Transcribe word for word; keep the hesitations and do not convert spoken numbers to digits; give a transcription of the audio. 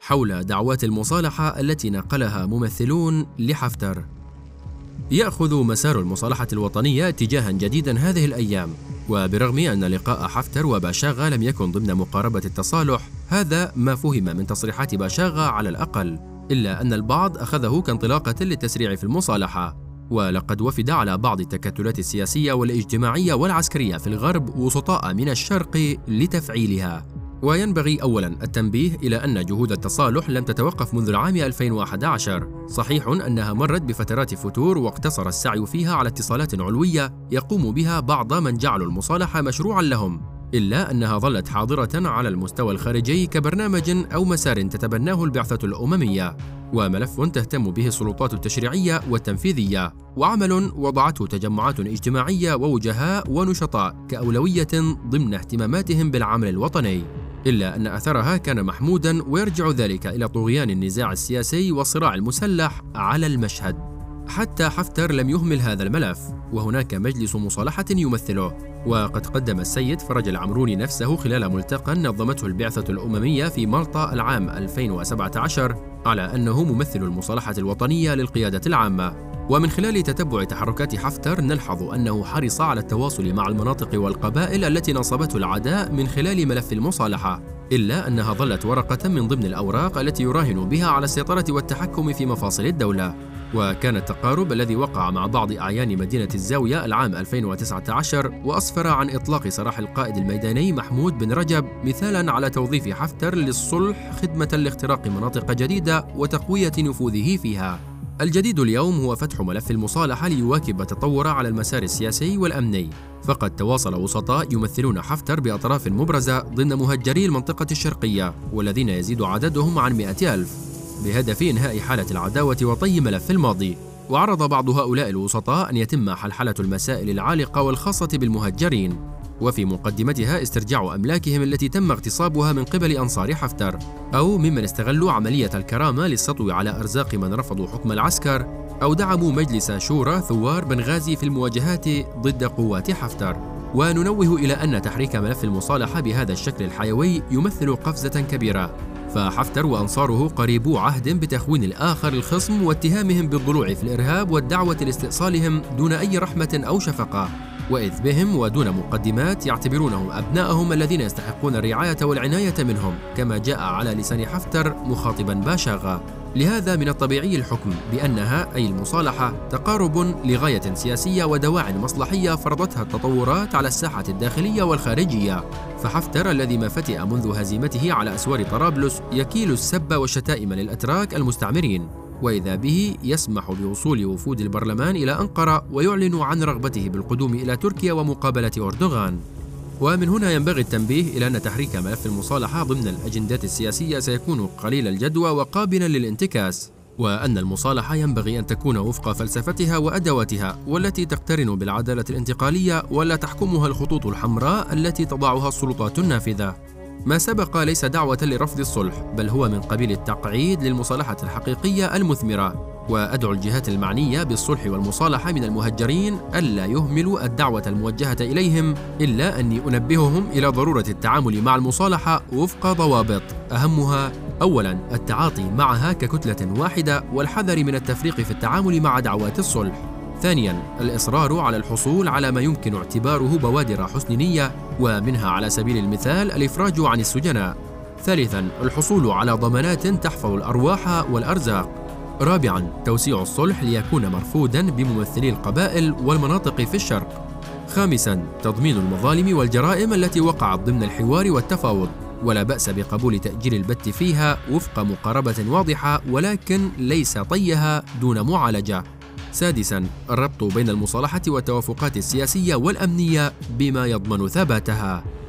حول دعوات المصالحة التي نقلها ممثلون لحفتر. يأخذ مسار المصالحة الوطنية اتجاها جديدا هذه الأيام، وبرغم أن لقاء حفتر وباشاغا لم يكن ضمن مقاربة التصالح، هذا ما فهم من تصريحات باشاغا على الأقل، إلا أن البعض أخذه كانطلاقة للتسريع في المصالحة. ولقد وفد على بعض التكتلات السياسية والاجتماعية والعسكرية في الغرب وسطاء من الشرق لتفعيلها. وينبغي أولا التنبيه إلى أن جهود التصالح لم تتوقف منذ العام ألفين وأحد عشر. صحيح أنها مرت بفترات فتور واقتصر السعي فيها على اتصالات علوية يقوم بها بعض من جعلوا المصالحة مشروعا لهم، إلا أنها ظلت حاضرة على المستوى الخارجي كبرنامج أو مسار تتبناه البعثة الأممية، وملف تهتم به السلطات التشريعية والتنفيذية، وعمل وضعته تجمعات اجتماعية ووجهاء ونشطاء كأولوية ضمن اهتماماتهم بالعمل الوطني. إلا أن أثرها كان محمودا، ويرجع ذلك إلى طغيان النزاع السياسي والصراع المسلح على المشهد. حتى حفتر لم يهمل هذا الملف، وهناك مجلس مصالحة يمثله. وقد قدم السيد فرج العمروني نفسه خلال ملتقى نظمته البعثة الأممية في مالطا العام ألفين وسبعة عشر على أنه ممثل المصالحة الوطنية للقيادة العامة. ومن خلال تتبع تحركات حفتر نلحظ أنه حرص على التواصل مع المناطق والقبائل التي نصبته العداء من خلال ملف المصالحة، إلا أنها ظلت ورقة من ضمن الأوراق التي يراهن بها على السيطرة والتحكم في مفاصل الدولة. وكان التقارب الذي وقع مع بعض أعيان مدينة الزاوية العام ألفين وتسعة عشر وأسفر عن إطلاق سراح القائد الميداني محمود بن رجب مثالاً على توظيف حفتر للصلح خدمة لاختراق مناطق جديدة وتقوية نفوذه فيها. الجديد اليوم هو فتح ملف المصالحة ليواكب التطور على المسار السياسي والأمني، فقد تواصل وسطاء يمثلون حفتر بأطراف مبرزة ضمن مهجري المنطقة الشرقية، والذين يزيد عددهم عن مئة ألف، بهدف إنهاء حالة العداوة وطي ملف الماضي. وعرض بعض هؤلاء الوسطاء أن يتم حلحلة المسائل العالقة والخاصة بالمهجرين، وفي مقدمتها استرجاع أملاكهم التي تم اغتصابها من قبل أنصار حفتر، أو ممن استغلوا عملية الكرامة للسطو على أرزاق من رفضوا حكم العسكر، أو دعموا مجلس شورى ثوار بنغازي في المواجهات ضد قوات حفتر. وننوه إلى أن تحريك ملف المصالحة بهذا الشكل الحيوي يمثل قفزة كبيرة، فحفتر وأنصاره قريبو عهد بتخوين الآخر الخصم واتهامهم بالضلوع في الإرهاب والدعوة لاستئصالهم دون أي رحمة أو شفقة، وإذ بهم ودون مقدمات يعتبرونهم أبنائهم الذين يستحقون الرعاية والعناية منهم، كما جاء على لسان حفتر مخاطبا باشاغا. لهذا من الطبيعي الحكم بأنها أي المصالحة تقارب لغاية سياسية ودواعٍ مصلحية فرضتها التطورات على الساحة الداخلية والخارجية. فحفتر الذي ما فتئ منذ هزيمته على أسوار طرابلس يكيل السب والشتائم للأتراك المستعمرين، وإذا به يسمح بوصول وفود البرلمان إلى أنقرة ويعلن عن رغبته بالقدوم إلى تركيا ومقابلة أردوغان. ومن هنا ينبغي التنبيه إلى أن تحريك ملف المصالحة ضمن الأجندات السياسية سيكون قليل الجدوى وقابلا للانتكاس، وأن المصالحة ينبغي أن تكون وفق فلسفتها وأدواتها، والتي تقترن بالعدالة الانتقالية ولا تحكمها الخطوط الحمراء التي تضعها السلطات النافذة. ما سبق ليس دعوة لرفض الصلح، بل هو من قبيل التقعيد للمصالحة الحقيقية المثمرة. وأدعو الجهات المعنية بالصلح والمصالحة من المهجرين ألا يهملوا الدعوة الموجهة إليهم، إلا أني أنبههم إلى ضرورة التعامل مع المصالحة وفق ضوابط، أهمها أولاً التعاطي معها ككتلة واحدة والحذر من التفريق في التعامل مع دعوات الصلح. ثانياً الإصرار على الحصول على ما يمكن اعتباره بوادر حسن نية، ومنها على سبيل المثال الإفراج عن السجناء. ثالثاً الحصول على ضمانات تحفظ الأرواح والأرزاق. رابعاً توسيع الصلح ليكون مرفوداً بممثلي القبائل والمناطق في الشرق. خامساً تضمين المظالم والجرائم التي وقعت ضمن الحوار والتفاوض، ولا بأس بقبول تأجيل البت فيها وفق مقاربة واضحة، ولكن ليس طيها دون معالجة. سادساً الربط بين المصالحة والتوافقات السياسية والأمنية بما يضمن ثباتها.